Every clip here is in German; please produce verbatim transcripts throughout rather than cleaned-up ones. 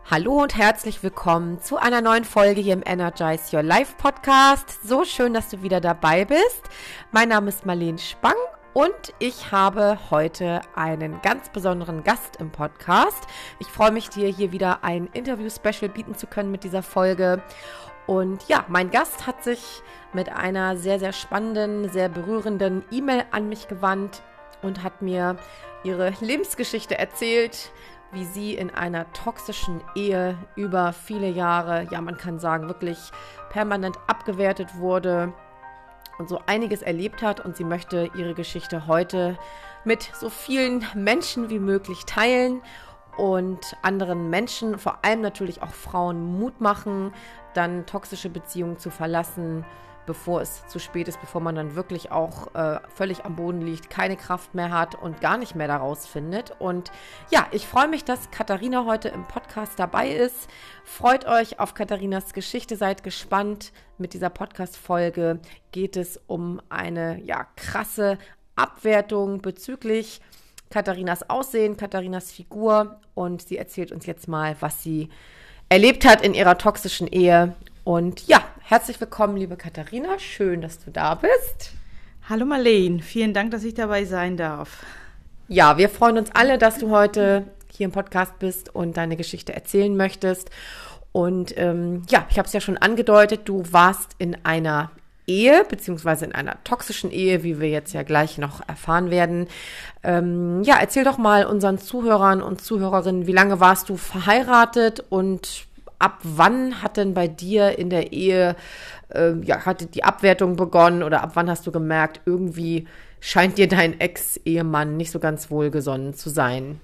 Hallo und herzlich willkommen zu einer neuen Folge hier im Energize Your Life Podcast. So schön, dass du wieder dabei bist. Mein Name ist Marlene Spang und ich habe heute einen ganz besonderen Gast im Podcast. Ich freue mich, dir hier wieder ein Interview-Special bieten zu können mit dieser Folge. Und ja, mein Gast hat sich mit einer sehr, sehr spannenden, sehr berührenden E-Mail an mich gewandt und hat mir ihre Lebensgeschichte erzählt, wie sie in einer toxischen Ehe über viele Jahre, ja man kann sagen, wirklich permanent abgewertet wurde und so einiges erlebt hat. Und sie möchte ihre Geschichte heute mit so vielen Menschen wie möglich teilen und anderen Menschen, vor allem natürlich auch Frauen, Mut machen, dann toxische Beziehungen zu verlassen, bevor es zu spät ist, bevor man dann wirklich auch äh, völlig am Boden liegt, keine Kraft mehr hat und gar nicht mehr daraus findet. Und ja, ich freue mich, dass Katharina heute im Podcast dabei ist. Freut euch auf Katharinas Geschichte, seid gespannt. Mit dieser Podcast-Folge geht es um eine ja krasse Abwertung bezüglich Katharinas Aussehen, Katharinas Figur. Und sie erzählt uns jetzt mal, was sie erlebt hat in ihrer toxischen Ehe. Und ja, herzlich willkommen, liebe Katharina. Schön, dass du da bist. Hallo Marlene, vielen Dank, dass ich dabei sein darf. Ja, wir freuen uns alle, dass du heute hier im Podcast bist und deine Geschichte erzählen möchtest. Und ähm, ja, ich habe es ja schon angedeutet, du warst in einer Ehe, beziehungsweise in einer toxischen Ehe, wie wir jetzt ja gleich noch erfahren werden. Ähm, ja, erzähl doch mal unseren Zuhörern und Zuhörerinnen, wie lange warst du verheiratet und ab wann hat denn bei dir in der Ehe, äh, ja, hat die Abwertung begonnen oder ab wann hast du gemerkt, irgendwie scheint dir dein Ex-Ehemann nicht so ganz wohlgesonnen zu sein?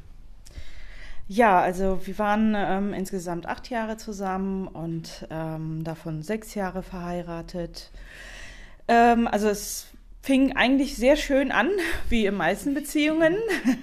Ja, also wir waren ähm, insgesamt acht Jahre zusammen und ähm, davon sechs Jahre verheiratet. Ähm, also es fing eigentlich sehr schön an, wie in meisten Beziehungen.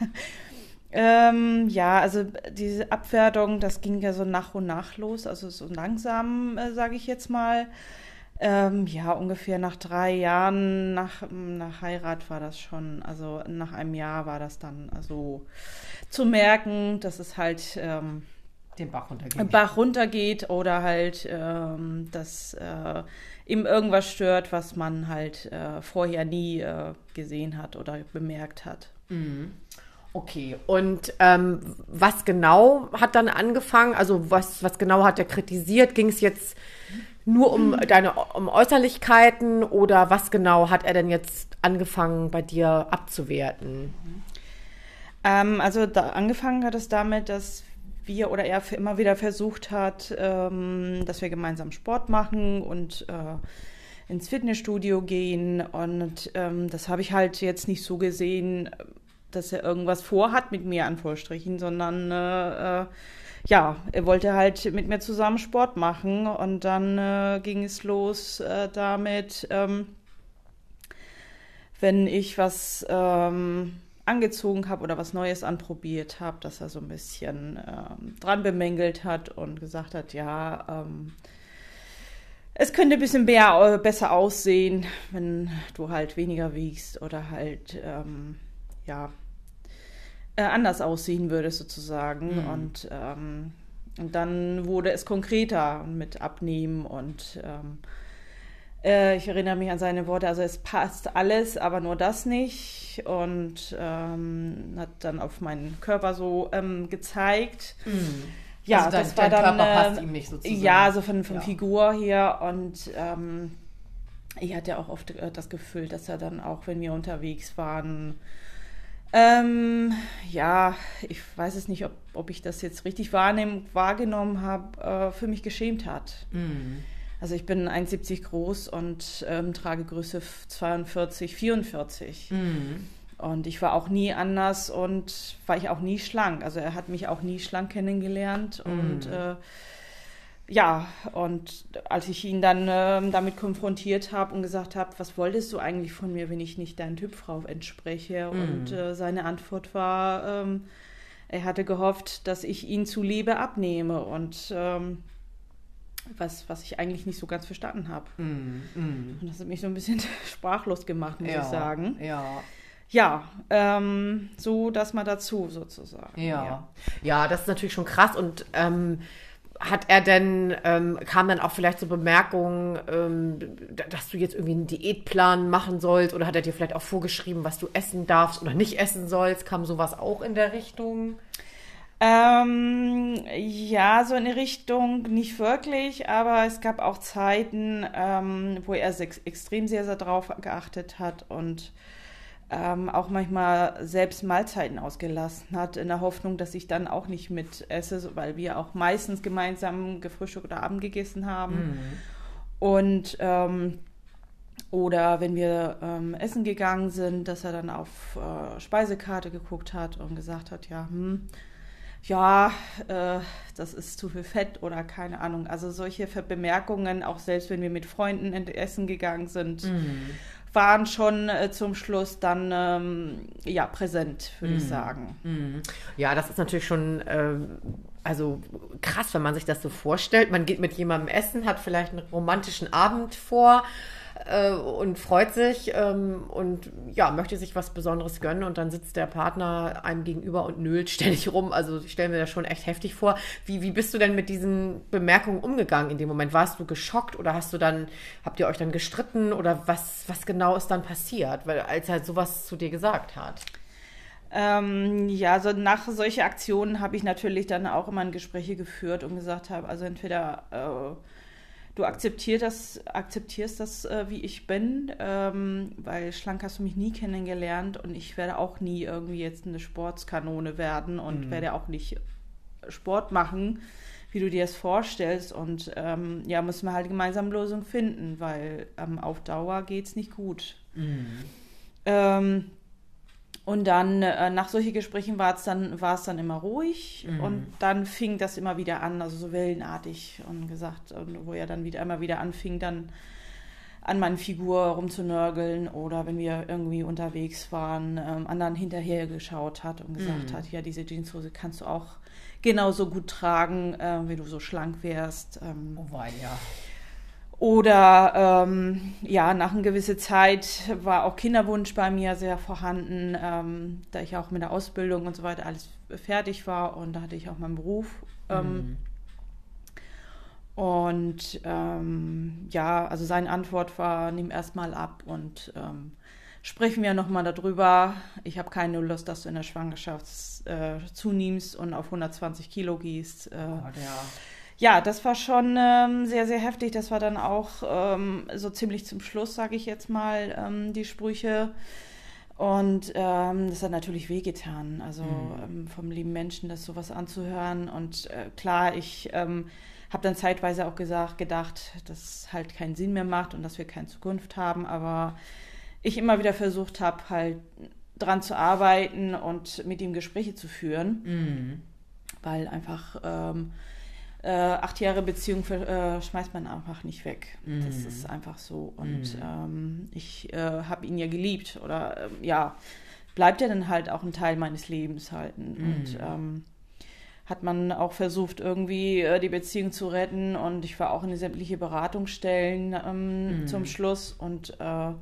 Ähm, ja, also diese Abwertung, das ging ja so nach und nach los, also so langsam, äh, sage ich jetzt mal. Ähm, ja, ungefähr nach drei Jahren nach, nach Heirat war das schon, also nach einem Jahr war das dann also zu merken, dass es halt ähm, den Bach runtergeht. Bach runtergeht oder halt, ähm, dass äh, ihm irgendwas stört, was man halt äh, vorher nie äh, gesehen hat oder bemerkt hat. Mhm. Okay, und ähm, was genau hat dann angefangen? Also was, was genau hat er kritisiert? Ging es jetzt nur um deine um Äußerlichkeiten oder was genau hat er denn jetzt angefangen bei dir abzuwerten? Ähm, also da, angefangen hat es damit, dass wir oder er für immer wieder versucht hat, ähm, dass wir gemeinsam Sport machen und äh, ins Fitnessstudio gehen. Und ähm, das habe ich halt jetzt nicht so gesehen, dass er irgendwas vorhat mit mir, Anführungsstrichen, sondern äh, ja, er wollte halt mit mir zusammen Sport machen und dann äh, ging es los äh, damit, ähm, wenn ich was ähm, angezogen habe oder was Neues anprobiert habe, dass er so ein bisschen ähm, dran bemängelt hat und gesagt hat, ja, ähm, es könnte ein bisschen mehr, besser aussehen, wenn du halt weniger wiegst oder halt ähm, ja, äh, anders aussehen würde sozusagen. Mhm. Und, ähm, und dann wurde es konkreter mit Abnehmen und ähm, äh, ich erinnere mich an seine Worte, also es passt alles, aber nur das nicht. Und ähm, hat dann auf meinen Körper so ähm, gezeigt. Mhm. Ja, also dein, das war dein dann, Körper äh, passt ihm nicht sozusagen. Ja, so von, von ja. Figur her und ähm, ich hatte auch oft äh, das Gefühl, dass er dann auch, wenn wir unterwegs waren, Ähm, ja, ich weiß es nicht, ob, ob ich das jetzt richtig wahrnehmen, wahrgenommen habe, äh, für mich geschämt hat. Mm. Also ich bin eins Komma siebzig groß und ähm, trage Größe zweiundvierzig, vierundvierzig. Mm. Und ich war auch nie anders und war ich auch nie schlank. Also er hat mich auch nie schlank kennengelernt. Mm. Und äh, ja, und als ich ihn dann äh, damit konfrontiert habe und gesagt habe, was wolltest du eigentlich von mir, wenn ich nicht deinem Typ Frau entspreche? Mm. Und äh, seine Antwort war, ähm, er hatte gehofft, dass ich ihn zu Liebe abnehme und ähm, was, was ich eigentlich nicht so ganz verstanden habe. Mm. Mm. Und das hat mich so ein bisschen sprachlos gemacht, muss ja, ich sagen. Ja. Ja, ähm, so das mal dazu sozusagen. Ja. ja, ja, das ist natürlich schon krass und ähm, hat er denn, ähm, kam dann auch vielleicht so Bemerkungen, ähm, dass du jetzt irgendwie einen Diätplan machen sollst oder hat er dir vielleicht auch vorgeschrieben, was du essen darfst oder nicht essen sollst? Kam sowas auch in der Richtung? Ähm, ja, so in die Richtung nicht wirklich, aber es gab auch Zeiten, ähm, wo er ex extrem sehr, sehr drauf geachtet hat und ähm, auch manchmal selbst Mahlzeiten ausgelassen hat, in der Hoffnung, dass ich dann auch nicht mit esse, weil wir auch meistens gemeinsam gefrühstückt oder Abend gegessen haben. Mhm. Und ähm, oder wenn wir ähm, essen gegangen sind, dass er dann auf äh, Speisekarte geguckt hat und gesagt hat, ja, hm, ja, äh, das ist zu viel Fett oder keine Ahnung. Also solche Bemerkungen, auch selbst wenn wir mit Freunden essen gegangen sind, mhm. waren schon äh, zum Schluss dann ähm, ja, präsent, würde mm. ich sagen. Mm. Ja, das ist natürlich schon äh, also krass, wenn man sich das so vorstellt. Man geht mit jemandem essen, hat vielleicht einen romantischen Abend vor äh, und freut sich ähm, und ja, möchte sich was Besonderes gönnen und dann sitzt der Partner einem gegenüber und nölt ständig rum. Also ich stelle mir das schon echt heftig vor. Wie, wie bist du denn mit diesen Bemerkungen umgegangen in dem Moment? Warst du geschockt oder hast du dann, habt ihr euch dann gestritten oder was, was genau ist dann passiert, weil als er sowas zu dir gesagt hat? Ähm, ja, also nach solchen Aktionen habe ich natürlich dann auch immer Gespräche geführt und gesagt habe, also entweder äh, du akzeptierst das, akzeptierst das, äh, wie ich bin, ähm, weil schlank hast du mich nie kennengelernt und ich werde auch nie irgendwie jetzt eine Sportskanone werden und mhm. werde auch nicht Sport machen, wie du dir das vorstellst. Und ähm, ja, müssen wir halt gemeinsam Lösungen finden, weil ähm, auf Dauer geht's nicht gut. Mhm. Ähm, Und dann, äh, nach solchen Gesprächen war es dann, war es dann immer ruhig mhm. und dann fing das immer wieder an, also so wellenartig und gesagt, und wo er dann wieder immer wieder anfing, dann an meiner Figur rumzunörgeln oder wenn wir irgendwie unterwegs waren, ähm, anderen hinterher geschaut hat und gesagt mhm. hat, ja, diese Jeanshose kannst du auch genauso gut tragen, äh, wie du so schlank wärst. Ähm, oh wei, ja. Oder ähm, ja, nach einer gewissen Zeit war auch Kinderwunsch bei mir sehr vorhanden, ähm, da ich auch mit der Ausbildung und so weiter alles fertig war und da hatte ich auch meinen Beruf. Ähm, mhm. Und ähm, ja, also seine Antwort war, nimm erstmal ab und ähm, sprechen wir nochmal darüber. Ich habe keine Lust, dass du in der Schwangerschaft äh, zunimmst und auf hundertzwanzig Kilo gehst. Äh, oh, ja. Ja, das war schon ähm, sehr, sehr heftig. Das war dann auch ähm, so ziemlich zum Schluss, sage ich jetzt mal, ähm, die Sprüche. Und ähm, das hat natürlich wehgetan, also mhm. ähm, vom lieben Menschen, das sowas anzuhören. Und äh, klar, ich ähm, habe dann zeitweise auch gesagt, gedacht, dass es halt keinen Sinn mehr macht und dass wir keine Zukunft haben. Aber ich immer wieder versucht habe, halt dran zu arbeiten und mit ihm Gespräche zu führen. Mhm. Weil einfach... Ähm, Äh, acht Jahre Beziehung äh, schmeißt man einfach nicht weg. Mm. Das ist einfach so. Und mm. ähm, ich äh, habe ihn ja geliebt. Oder äh, ja, bleibt er dann halt auch ein Teil meines Lebens halt. Mm. Und ähm, hat man auch versucht, irgendwie äh, die Beziehung zu retten. Und ich war auch in sämtliche Beratungsstellen ähm, mm. zum Schluss. Und äh,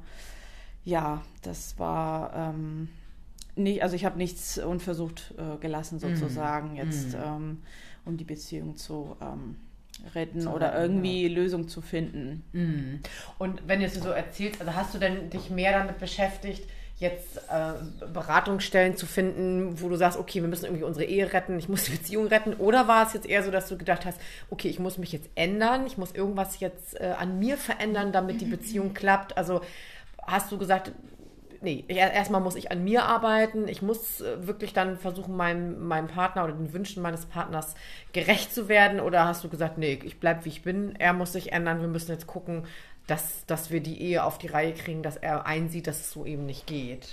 ja, das war ähm, nicht, also ich habe nichts unversucht äh, gelassen sozusagen. Mm. Jetzt ähm, um die Beziehung zu ähm, retten zu oder retten, irgendwie ja. Lösung zu finden. Mhm. Und wenn du es so erzählst, also hast du denn dich mehr damit beschäftigt, jetzt äh, Beratungsstellen zu finden, wo du sagst, okay, wir müssen irgendwie unsere Ehe retten, ich muss die Beziehung retten, oder war es jetzt eher so, dass du gedacht hast, okay, ich muss mich jetzt ändern, ich muss irgendwas jetzt äh, an mir verändern, damit die Beziehung klappt? Also hast du gesagt, nee, erstmal muss ich an mir arbeiten. Ich muss wirklich dann versuchen, meinem, meinem Partner oder den Wünschen meines Partners gerecht zu werden. Oder hast du gesagt, nee, ich bleibe, wie ich bin. Er muss sich ändern. Wir müssen jetzt gucken, dass, dass wir die Ehe auf die Reihe kriegen, dass er einsieht, dass es so eben nicht geht.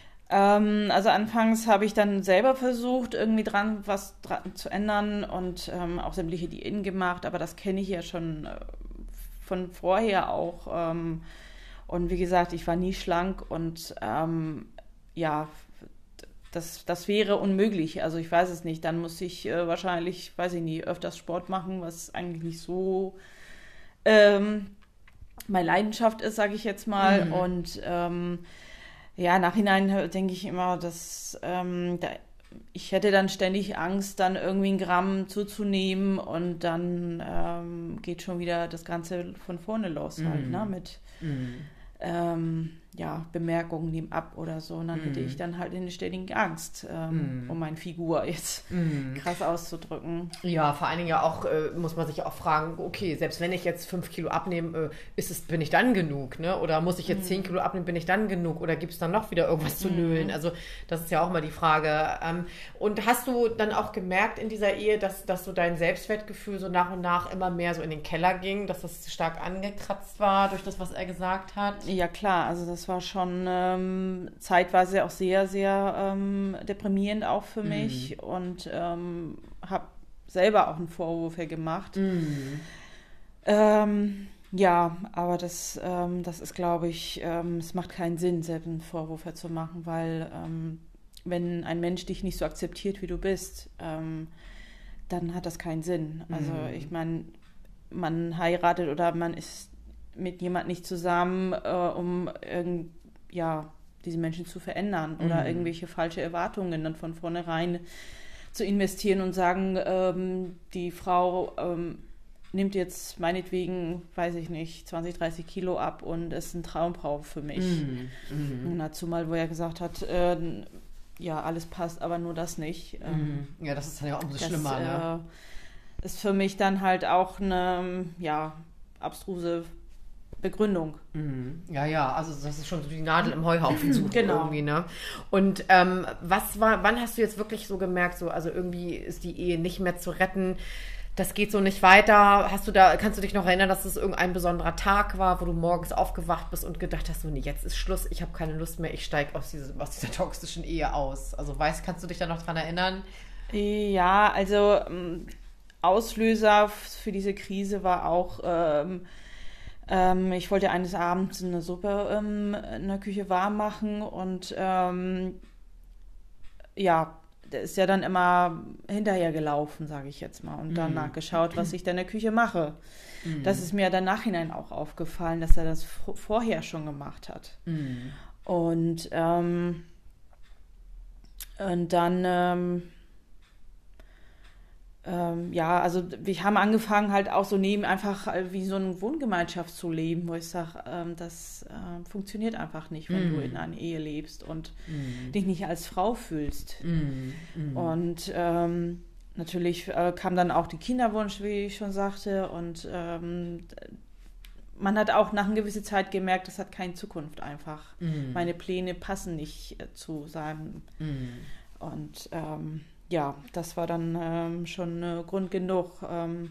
Ähm, also anfangs habe ich dann selber versucht, irgendwie dran was dran zu ändern und ähm, auch sämtliche Diäten gemacht. Aber das kenne ich ja schon äh, von vorher auch. Ähm, Und wie gesagt, ich war nie schlank und ähm, ja, das, das wäre unmöglich. Also ich weiß es nicht. Dann muss ich äh, wahrscheinlich, weiß ich nicht, öfters Sport machen, was eigentlich nicht so ähm, meine Leidenschaft ist, sage ich jetzt mal. Mhm. Und ähm, ja, nachhinein denke ich immer, dass ähm, da ich hätte dann ständig Angst, dann irgendwie ein Gramm zuzunehmen und dann ähm, geht schon wieder das Ganze von vorne los halt, Mhm. ne, mit Mhm. ähm, ja, Bemerkungen nehmen ab oder so. Und dann hätte Mhm. ich dann halt eine ständige Angst, ähm, Mhm. um meine Figur jetzt Mhm. krass auszudrücken. Ja, vor allen Dingen ja auch, äh, muss man sich auch fragen, okay, selbst wenn ich jetzt fünf Kilo abnehme, äh, ist es, bin ich dann genug, ne? Oder muss ich jetzt zehn Kilo abnehmen, bin ich dann genug? Oder gibt es dann noch wieder irgendwas zu nölen? Also das ist ja auch mal die Frage. Ähm, und hast du dann auch gemerkt in dieser Ehe, dass, dass so dein Selbstwertgefühl so nach und nach immer mehr so in den Keller ging, dass das stark angekratzt war durch das, was er gesagt hat? Ja klar, also das war schon ähm, zeitweise auch sehr, sehr ähm, deprimierend auch für mich und ähm, habe selber auch einen Vorwurf hier gemacht. Mhm. Ähm, ja, aber das, ähm, das ist, glaube ich, ähm, es macht keinen Sinn, selbst einen Vorwurf hier zu machen, weil ähm, wenn ein Mensch dich nicht so akzeptiert, wie du bist, ähm, dann hat das keinen Sinn. Also Mhm. ich meine, man heiratet oder man ist mit jemand nicht zusammen, äh, um irgend, ja, diese Menschen zu verändern oder Mhm. irgendwelche falsche Erwartungen dann von vornherein zu investieren und sagen, ähm, die Frau ähm, nimmt jetzt meinetwegen, weiß ich nicht, zwanzig, dreißig Kilo ab und ist ein Traumfrau für mich. Mhm. Mhm. Und dazu mal, wo er gesagt hat, äh, ja, alles passt, aber nur das nicht. Ähm, Mhm. Ja, das ist dann ja auch umso das schlimmer, ne? äh, ist für mich dann halt auch eine, ja, abstruse Begründung. Mhm. Ja, ja, also das ist schon so die Nadel im Heuhaufen suchen Genau. irgendwie, ne? Und ähm, was war, wann hast du jetzt wirklich so gemerkt, so, also irgendwie ist die Ehe nicht mehr zu retten, das geht so nicht weiter. Hast du da, kannst du dich noch erinnern, dass es irgendein besonderer Tag war, wo du morgens aufgewacht bist und gedacht hast, so, nee, jetzt ist Schluss, ich habe keine Lust mehr, ich steige aus, diese, aus dieser toxischen Ehe aus. Also weißt, kannst du dich da noch dran erinnern? Ja, also ähm, Auslöser für diese Krise war auch, ähm, ähm, ich wollte eines Abends eine Suppe ähm, in der Küche warm machen und ähm, ja, der ist ja dann immer hinterher gelaufen, sage ich jetzt mal, und dann nachgeschaut, was ich da in der Küche mache. Das ist mir dann nachhinein auch aufgefallen, dass er das v- vorher schon gemacht hat. Mhm. Und, ähm, und dann, ähm, ähm, ja, also wir haben angefangen halt auch so neben einfach äh, wie so eine Wohngemeinschaft zu leben, wo ich sage, ähm, das äh, funktioniert einfach nicht, wenn Mm. du in einer Ehe lebst und Mm. dich nicht als Frau fühlst. Mm. Mm. Und ähm, natürlich äh, kam dann auch die Kinderwunsch, wie ich schon sagte, und ähm, man hat auch nach einer gewissen Zeit gemerkt, das hat keine Zukunft einfach. Mm. Meine Pläne passen nicht äh, zu seinem. Mm. Und ähm, ja, das war dann ähm, schon äh, Grund genug, ähm,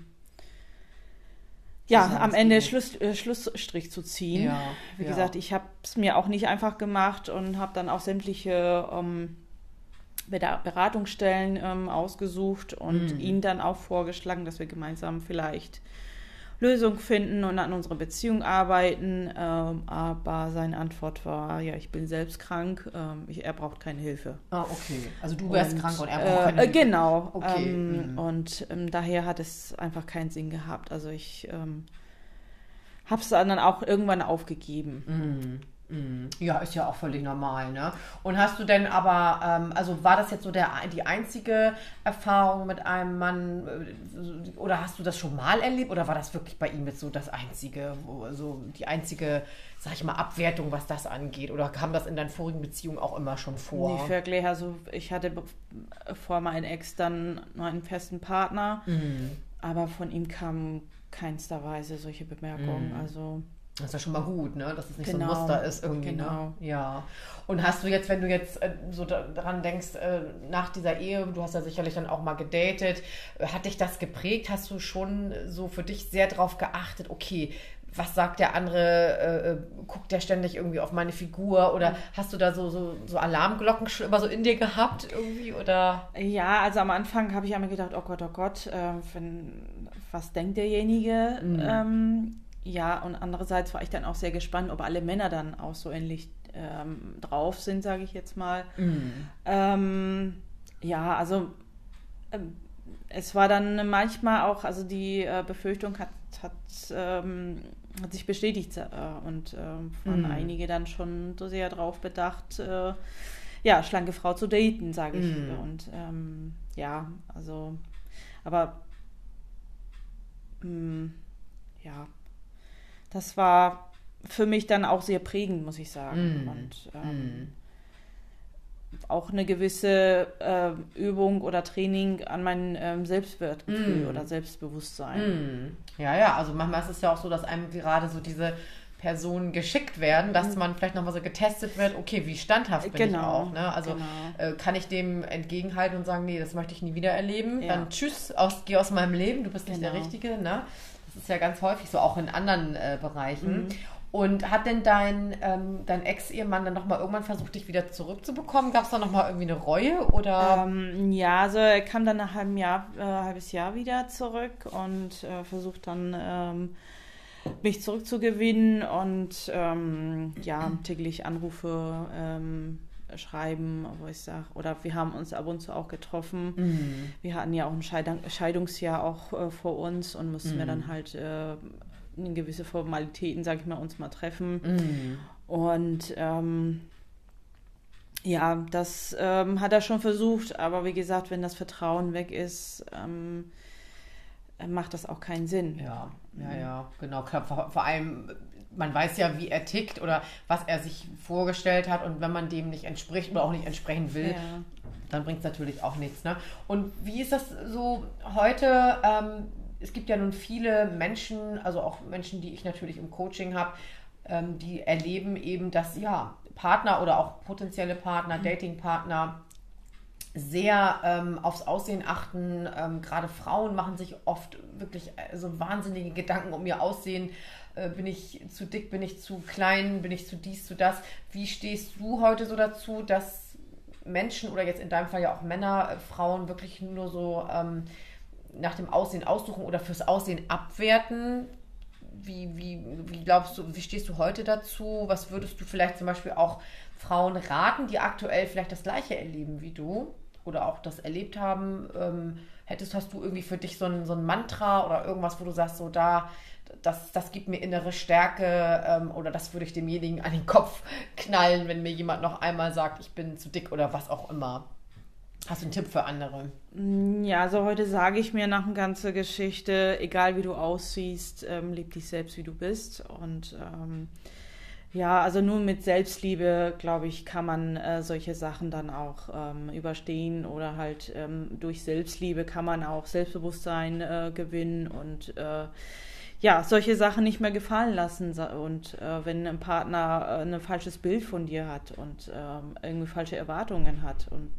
ja, Das heißt, am Ende die- Schluss, äh, Schlussstrich zu ziehen. Ja, Wie ja. gesagt, ich habe es mir auch nicht einfach gemacht und habe dann auch sämtliche ähm, Beda- Beratungsstellen ähm, ausgesucht und Mhm. ihm dann auch vorgeschlagen, dass wir gemeinsam vielleicht Lösungen finden und an unserer Beziehung arbeiten. Ähm, aber seine Antwort war, ja, ich bin selbst krank, ähm, ich, er braucht keine Hilfe. Ah, okay. Also du wärst Und, krank und er braucht keine äh, Hilfe. Genau. Okay, Ähm, mhm. Und ähm, daher hat es einfach keinen Sinn gehabt. Also ich ähm, habe es dann auch irgendwann aufgegeben. Mm, mm. Ja, ist ja auch völlig normal, ne? Und hast du denn aber, ähm, also war das jetzt so der, die einzige Erfahrung mit einem Mann, äh, oder hast du das schon mal erlebt, oder war das wirklich bei ihm jetzt so das einzige, wo, so die einzige, sag ich mal, Abwertung, was das angeht, oder kam das in deinen vorigen Beziehungen auch immer schon vor? Nicht wirklich. Also ich hatte be- vor meinem Ex dann nur einen festen Partner, Mm. aber von ihm kam keinster Weise solche Bemerkungen. Mhm. Also Das ist ja schon mal gut, ne? Dass es nicht Genau, so ein Muster ist irgendwie, genau. ne? Ja. Und hast du jetzt, wenn du jetzt äh, so da, daran denkst, äh, nach dieser Ehe, du hast ja sicherlich dann auch mal gedatet, äh, hat dich das geprägt? Hast du schon so für dich sehr drauf geachtet, okay, was sagt der andere, äh, äh, guckt der ständig irgendwie auf meine Figur, oder hast du da so, so, so Alarmglocken schon immer so in dir gehabt irgendwie, oder? ja, also am Anfang habe ich einmal gedacht, oh Gott, oh Gott, äh, wenn, was denkt derjenige? Mhm. Ähm, ja, und andererseits war ich dann auch sehr gespannt, ob alle Männer dann auch so ähnlich ähm, drauf sind, sage ich jetzt mal. Mhm. Ähm, ja, also ähm, es war dann manchmal auch, also die äh, Befürchtung hat, hat, ähm, hat sich bestätigt äh, und ähm, waren Mhm. einige dann schon so sehr drauf bedacht, äh, ja, schlanke Frau zu daten, sage ich. Mhm. Und ähm, ja, also, aber mh, ja, das war für mich dann auch sehr prägend, muss ich sagen. Mm. Und ähm, Mm. auch eine gewisse äh, Übung oder Training an mein ähm, Selbstwertgefühl Mm. oder Selbstbewusstsein. Mm. Ja, ja, also manchmal ist es ja auch so, dass einem gerade so diese Personen geschickt werden, dass man vielleicht nochmal so getestet wird, okay, wie standhaft bin Genau, ich auch. Ne? Also genau. äh, kann ich dem entgegenhalten und sagen, nee, das möchte ich nie wieder erleben. Ja. Dann tschüss, aus, geh aus meinem Leben, du bist nicht Genau. der Richtige. Ne? Das ist ja ganz häufig so, auch in anderen äh, Bereichen. Mhm. Und hat denn dein, ähm, dein Ex-Ehemann dann nochmal irgendwann versucht, dich wieder zurückzubekommen? Gab es da nochmal irgendwie eine Reue? Oder? Ähm, ja, also er kam dann nach einem Jahr, äh, halbes Jahr wieder zurück und äh, versucht dann ähm, mich zurückzugewinnen und ähm, ja, täglich Anrufe ähm, schreiben, wo ich sage, oder wir haben uns ab und zu auch getroffen. Mhm. Wir hatten ja auch ein Scheidung, Scheidungsjahr auch äh, vor uns und mussten Mhm. wir dann halt äh, in gewisse Formalitäten, sage ich mal, uns mal treffen. Mhm. Und ähm, ja, das ähm, hat er schon versucht, aber wie gesagt, wenn das Vertrauen weg ist, ähm, macht das auch keinen Sinn. Ja, ja, ja, genau. Klar, vor, vor allem, man weiß ja, wie er tickt oder was er sich vorgestellt hat und wenn man dem nicht entspricht oder auch nicht entsprechen will, Ja. dann bringt es natürlich auch nichts. Ne? Und wie ist das so heute? Ähm, es gibt ja nun viele Menschen, also auch Menschen, die ich natürlich im Coaching habe, ähm, die erleben eben, dass ja Partner oder auch potenzielle Partner, Datingpartner sehr ähm, aufs Aussehen achten. Ähm, gerade Frauen machen sich oft wirklich äh, so wahnsinnige Gedanken um ihr Aussehen. Äh, bin ich zu dick, bin ich zu klein, bin ich zu dies, zu das. Wie stehst du heute so dazu, dass Menschen oder jetzt in deinem Fall ja auch Männer, äh, Frauen wirklich nur so ähm, nach dem Aussehen aussuchen oder fürs Aussehen abwerten? Wie, wie, wie glaubst du, wie stehst du heute dazu? Was würdest du vielleicht zum Beispiel auch Frauen raten, die aktuell vielleicht das Gleiche erleben wie du oder auch das erlebt haben? Ähm, hättest, hast du irgendwie für dich so ein, so ein Mantra oder irgendwas, wo du sagst, so da, das, das gibt mir innere Stärke ähm, oder das würde ich demjenigen an den Kopf knallen, wenn mir jemand noch einmal sagt, ich bin zu dick oder was auch immer? Hast du einen Tipp für andere? Ja, also heute sage ich mir nach einer ganzen Geschichte, egal wie du aussiehst, ähm, lieb dich selbst, wie du bist. Und ähm, ja, also nur mit Selbstliebe, glaube ich, kann man äh, solche Sachen dann auch ähm, überstehen oder halt ähm, durch Selbstliebe kann man auch Selbstbewusstsein äh, gewinnen und äh, ja, solche Sachen nicht mehr gefallen lassen. Und äh, wenn ein Partner äh, ein falsches Bild von dir hat und ähm, irgendwie falsche Erwartungen hat und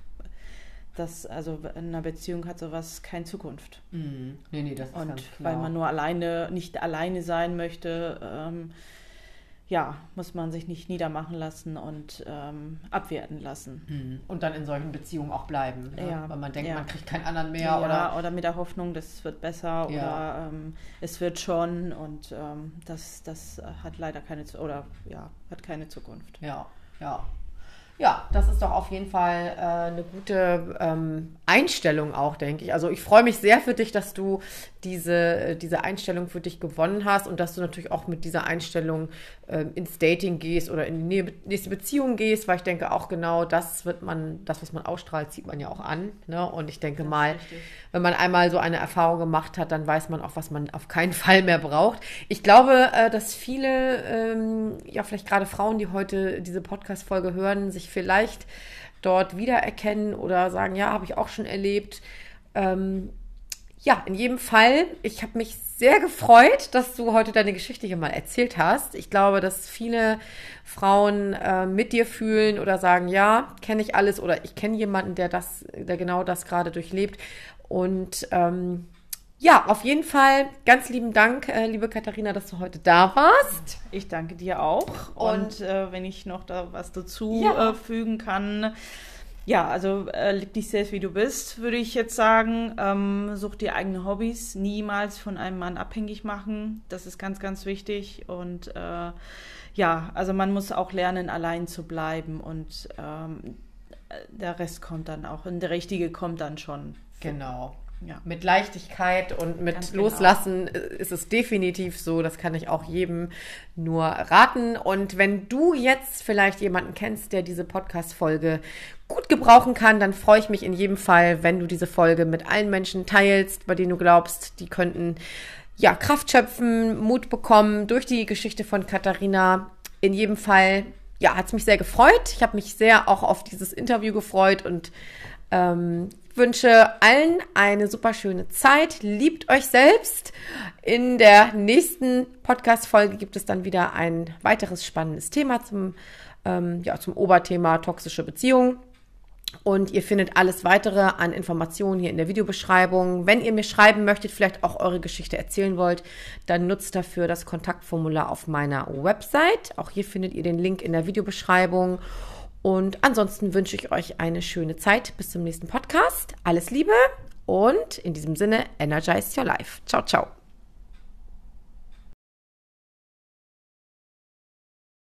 das, also in einer Beziehung hat sowas keine Zukunft. Mm. Nee, nee, das ist und ganz klar. weil man nur alleine, nicht alleine sein möchte, ähm, ja, muss man sich nicht niedermachen lassen und ähm, abwerten lassen. Mm. Und dann in solchen Beziehungen auch bleiben. Ne? Ja. Weil man denkt, Ja. man kriegt keinen anderen mehr. Ja, oder oder mit der Hoffnung, das wird besser Ja. oder ähm, es wird schon und ähm, das, das hat leider keine, oder ja, hat keine Zukunft. Ja, ja. Ja, das ist doch auf jeden Fall äh, eine gute ähm, Einstellung auch, denke ich. Also ich freue mich sehr für dich, dass du diese, diese Einstellung für dich gewonnen hast und dass du natürlich auch mit dieser Einstellung äh, ins Dating gehst oder in die nächste Beziehung gehst, weil ich denke auch genau, das wird man, das, was man ausstrahlt, zieht man ja auch an. Ne? Und ich denke Das ist mal, richtig. wenn man einmal so eine Erfahrung gemacht hat, dann weiß man auch, was man auf keinen Fall mehr braucht. Ich glaube, äh, dass viele, ähm, ja vielleicht gerade Frauen, die heute diese Podcast-Folge hören, sich vielleicht dort wiedererkennen oder sagen, ja, habe ich auch schon erlebt. Ähm, ja, in jedem Fall, ich habe mich sehr gefreut, dass du heute deine Geschichte hier mal erzählt hast. Ich glaube, dass viele Frauen äh, mit dir fühlen oder sagen, ja, kenne ich alles oder ich kenne jemanden, der das, der genau das gerade durchlebt. Und ähm, ja, auf jeden Fall ganz lieben Dank, äh, liebe Katharina, dass du heute da warst. Ich danke dir auch. Und- Und, äh, wenn ich noch da was dazu Ja. äh, fügen kann. Ja, also äh, lieb dich selbst, wie du bist, würde ich jetzt sagen. Ähm, such dir eigene Hobbys. Niemals von einem Mann abhängig machen. Das ist ganz, ganz wichtig. Und äh, ja, also man muss auch lernen, allein zu bleiben. Und ähm, der Rest kommt dann auch. Und der Richtige kommt dann schon. Genau. ja, mit Leichtigkeit und mit Ganz Loslassen genau. ist es definitiv so. Das kann ich auch jedem nur raten. Und wenn du jetzt vielleicht jemanden kennst, der diese Podcast-Folge gut gebrauchen kann, dann freue ich mich in jedem Fall, wenn du diese Folge mit allen Menschen teilst, bei denen du glaubst, die könnten ja Kraft schöpfen, Mut bekommen durch die Geschichte von Katharina. In jedem Fall, ja, hat es mich sehr gefreut. Ich habe mich sehr auch auf dieses Interview gefreut und ähm, wünsche allen eine super schöne Zeit. Liebt euch selbst. In der nächsten Podcast-Folge gibt es dann wieder ein weiteres spannendes Thema zum, ähm, ja, zum Oberthema toxische Beziehungen. Und ihr findet alles weitere an Informationen hier in der Videobeschreibung. Wenn ihr mir schreiben möchtet, vielleicht auch eure Geschichte erzählen wollt, dann nutzt dafür das Kontaktformular auf meiner Website. Auch hier findet ihr den Link in der Videobeschreibung. Und ansonsten wünsche ich euch eine schöne Zeit. Bis zum nächsten Podcast. Alles Liebe und in diesem Sinne, energize your life. Ciao, ciao.